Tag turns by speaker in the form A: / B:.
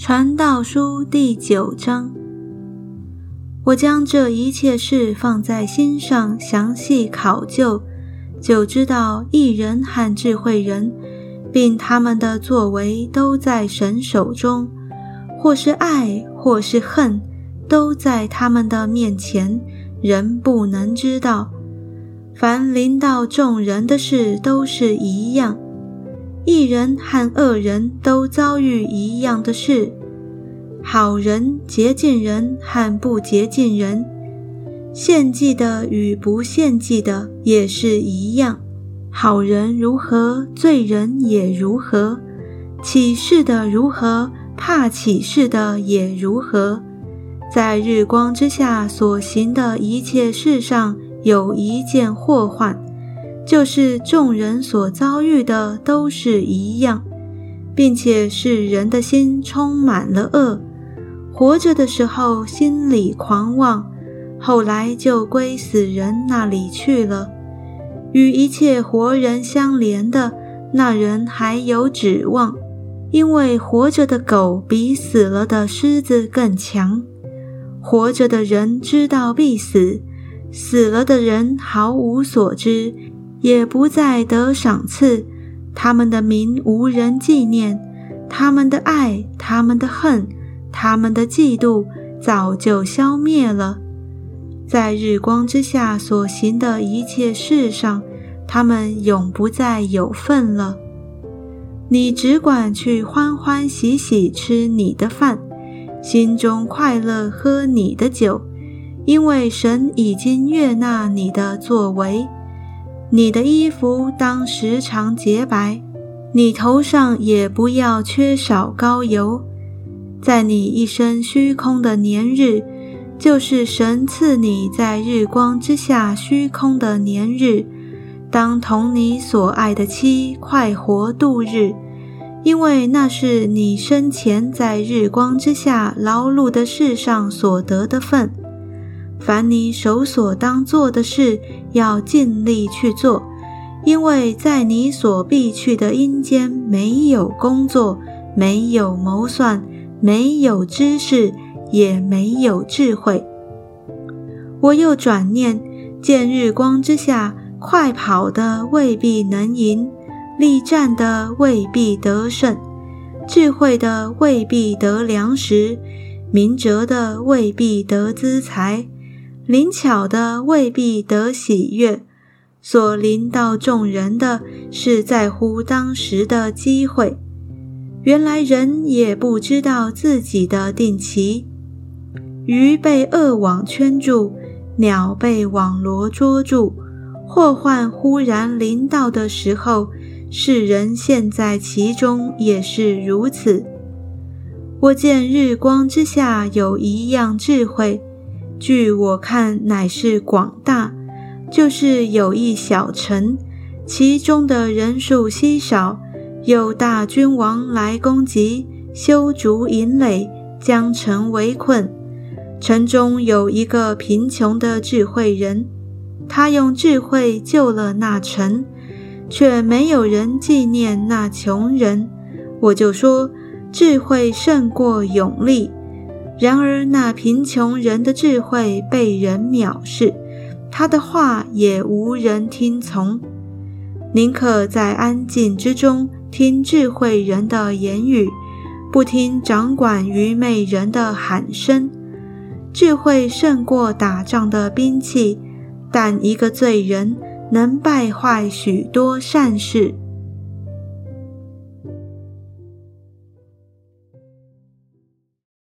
A: 传道书第9章。我将这一切事放在心上，详细考究，就知道义人和智慧人，并他们的作为都在神手中，或是爱，或是恨，都在他们的面前，人不能知道。凡临到众人的事都是一样，义人和恶人都遭遇一样的事，好人、洁净人和不洁净人，献祭的与不献祭的也是一样。好人如何，罪人也如何；起誓的如何，怕起誓的也如何。在日光之下所行的一切事上，有一件祸患，就是众人所遭遇的都是一样，并且是人的心充满了恶，活着的时候心里狂妄，后来就归死人那里去了。与一切活人相连的那人还有指望，因为活着的狗比死了的狮子更强。活着的人知道必死，死了的人毫无所知，也不再得赏赐。他们的名无人纪念，他们的爱，他们的恨，他们的嫉妒早就消灭了。在日光之下所行的一切事上，他们永不再有份了。你只管去欢欢喜喜吃你的饭，心中快乐喝你的酒，因为神已经悦纳你的作为。你的衣服当时常洁白，你头上也不要缺少膏油。在你一生虚空的年日，就是神赐你在日光之下虚空的年日，当同你所爱的妻快活度日，因为那是你生前在日光之下劳碌的事上所得的份。凡你手所当做的事，要尽力去做，因为在你所必去的阴间没有工作，没有谋算，没有知识，也没有智慧。我又转念，见日光之下，快跑的未必能赢，力战的未必得胜，智慧的未必得粮食，明哲的未必得资财，灵巧的未必得喜悦。所临到众人的是在乎当时的机会。原来人也不知道自己的定期，鱼被恶网圈住，鸟被网罗捉住，祸患忽然临到的时候，世人陷在其中也是如此。我见日光之下有一样智慧，据我看乃是广大，就是有一小城，其中的人数稀少，有大君王来攻击，修筑营垒，将城围困。城中有一个贫穷的智慧人，他用智慧救了那城，却没有人纪念那穷人。我就说，智慧胜过勇力。然而那贫穷人的智慧被人藐视，他的话也无人听从。宁可在安静之中听智慧人的言语，不听掌管愚昧人的喊声。智慧胜过打仗的兵器，但一个罪人能败坏许多善事。